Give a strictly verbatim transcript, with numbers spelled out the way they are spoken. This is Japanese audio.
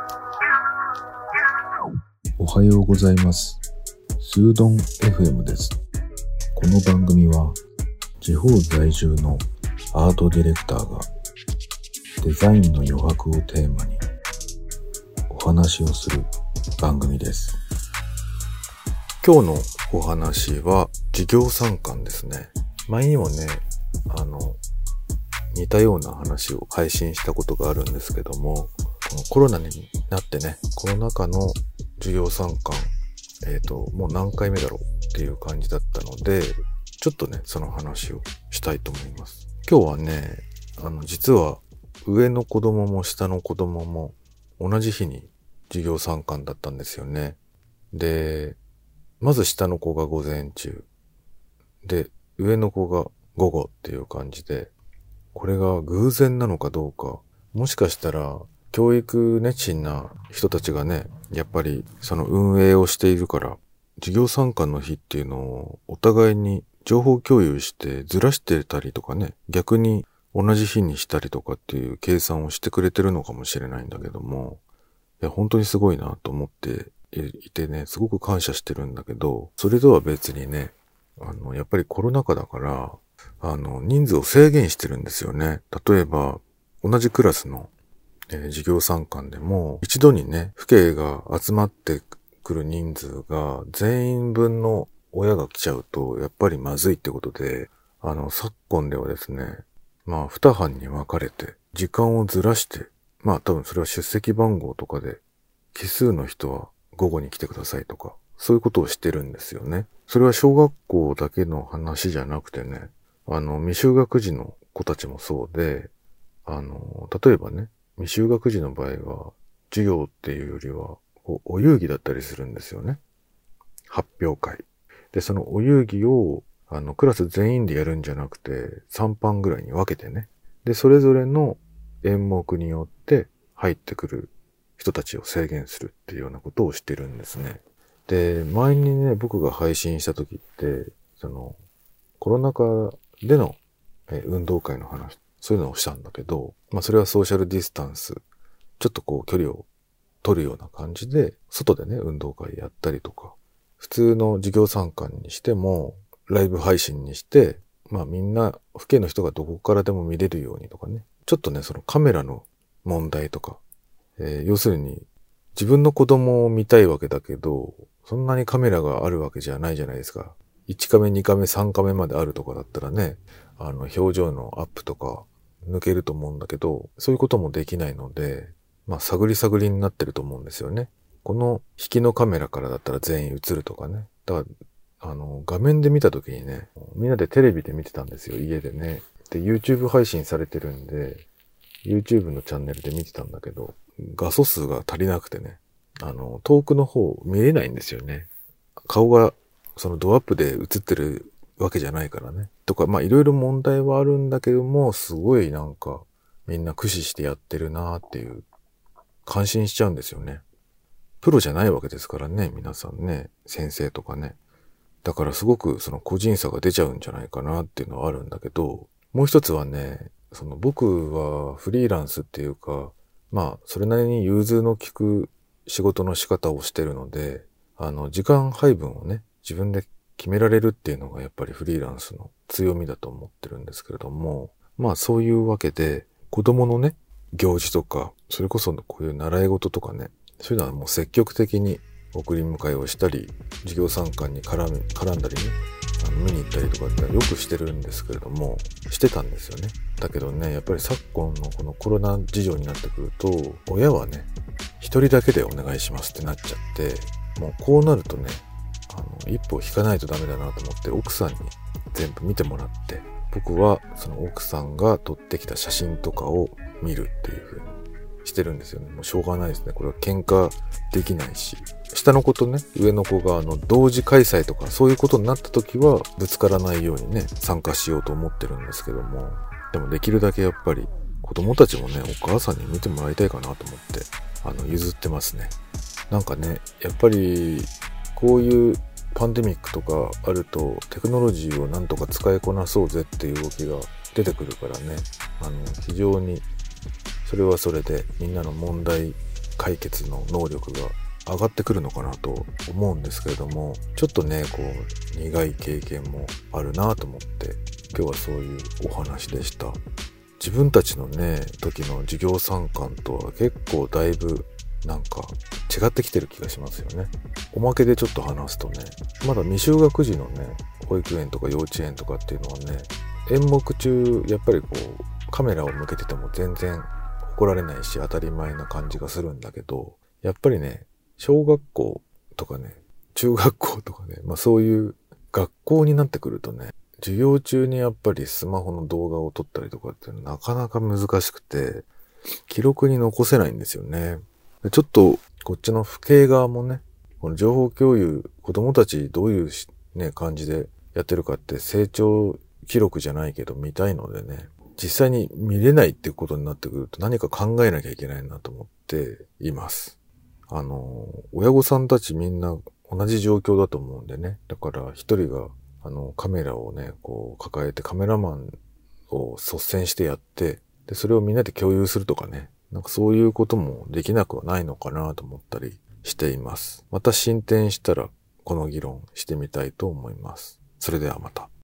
おはようございます。スードン エフエム です。この番組は地方在住のアートディレクターがデザインの余白をテーマにお話をする番組です。今日のお話は事業参観ですね。前にもね、あの似たような話を配信したことがあるんですけども、このコロナになってね、コロナ禍の事業参観、えっと、もう何回目だろうっていう感じだったので、ちょっとね、その話をしたいと思います。今日はね、あの、実は上の子供も下の子供も同じ日に授業参観だったんですよね。で、まず下の子が午前中。で、上の子が午後っていう感じで、これが偶然なのかどうか、もしかしたら教育熱心な人たちがね、やっぱりその運営をしているから、授業参観の日っていうのをお互いに情報共有してずらしてたりとかね、逆に同じ日にしたりとかっていう計算をしてくれてるのかもしれないんだけども、いや本当にすごいなと思っていてね、すごく感謝してるんだけど、それとは別にね、あのやっぱりコロナ禍だから、あの人数を制限してるんですよね。例えば同じクラスのえー、授業参観でも一度にね、父兄が集まってくる人数が全員分の親が来ちゃうとやっぱりまずいってことで、あの昨今ではですね、まあ二班に分かれて時間をずらして、まあ多分それは出席番号とかで奇数の人は午後に来てくださいとか、そういうことをしてるんですよね。それは小学校だけの話じゃなくてね、あの未就学児の子たちもそうで、あの例えばね、未就学児の場合は授業っていうよりはお遊戯だったりするんですよね。発表会で、そのお遊戯をあのクラス全員でやるんじゃなくてさん班ぐらいに分けてね、でそれぞれの演目によって入ってくる人たちを制限するっていうようなことをしてるんですね。で、前にね、僕が配信した時ってそのコロナ禍でのえ運動会の話、そういうのをしたんだけど、まあそれはソーシャルディスタンス、ちょっとこう距離を取るような感じで、外でね、運動会やったりとか、普通の授業参観にしても、ライブ配信にして、まあみんな、父兄の人がどこからでも見れるようにとかね、ちょっとね、そのカメラの問題とか、えー、要するに自分の子供を見たいわけだけど、そんなにカメラがあるわけじゃないじゃないですか。いちカメ、にカメ、さんカメまであるとかだったらね、あの表情のアップとか抜けると思うんだけど、そういうこともできないので、まあ探り探りになってると思うんですよね。この引きのカメラからだったら全員映るとかね。だからあの画面で見た時にね、みんなでテレビで見てたんですよ、家でね。で YouTube 配信されてるんで YouTube のチャンネルで見てたんだけど、画素数が足りなくてね、あの遠くの方見れないんですよね。顔がそのドアップで映ってるわけじゃないからね。とか、まあいろいろ問題はあるんだけども、すごいなんかみんな駆使してやってるなーっていう感心しちゃうんですよね。プロじゃないわけですからね、皆さんね、先生とかね。だからすごくその個人差が出ちゃうんじゃないかなっていうのはあるんだけど、もう一つはね、その僕はフリーランスっていうか、まあそれなりに融通の利く仕事の仕方をしてるので、あの時間配分をね、自分で決められるっていうのがやっぱりフリーランスの強みだと思ってるんですけれども、まあそういうわけで子供のね、行事とか、それこそこういう習い事とかね、そういうのはもう積極的に送り迎えをしたり、授業参観に絡み、絡んだりね、あの見に行ったりとかってよくしてるんですけれども、してたんですよね。だけどね、やっぱり昨今のこのコロナ事情になってくると、親はね、一人だけでお願いしますってなっちゃって、もうこうなるとね、あの一歩引かないとダメだなと思って奥さんに全部見てもらって、僕はその奥さんが撮ってきた写真とかを見るっていう風にしてるんですよね。もうしょうがないですね。これは喧嘩できないし、下の子とね、上の子があの同時開催とかそういうことになった時はぶつからないようにね、参加しようと思ってるんですけども、でもできるだけやっぱり子供たちもね、お母さんに見てもらいたいかなと思ってあの譲ってますね。なんかね、やっぱりこういうパンデミックとかあるとテクノロジーをなんとか使いこなそうぜっていう動きが出てくるからね、あの非常にそれはそれでみんなの問題解決の能力が上がってくるのかなと思うんですけれども、ちょっとねこう苦い経験もあるなと思って今日はそういうお話でした。自分たちのね時の授業参観とは結構だいぶなんか違ってきてる気がしますよね。おまけでちょっと話すとね、まだ未就学児のね保育園とか幼稚園とかっていうのはね、演目中やっぱりこうカメラを向けてても全然怒られないし当たり前な感じがするんだけど、やっぱりね小学校とかね中学校とかね、まあそういう学校になってくるとね、授業中にやっぱりスマホの動画を撮ったりとかっていうのはなかなか難しくて記録に残せないんですよね。ちょっとこっちの父兄側もね、この情報共有、子供たちどういうね感じでやってるかって成長記録じゃないけど見たいのでね、実際に見れないっていうことになってくると何か考えなきゃいけないなと思っています。あの親御さんたちみんな同じ状況だと思うんでね、だから一人があのカメラをねこう抱えてカメラマンを率先してやって、でそれをみんなで共有するとかね、なんかそういうこともできなくはないのかなと思ったりしています。また進展したらこの議論してみたいと思います。それではまた。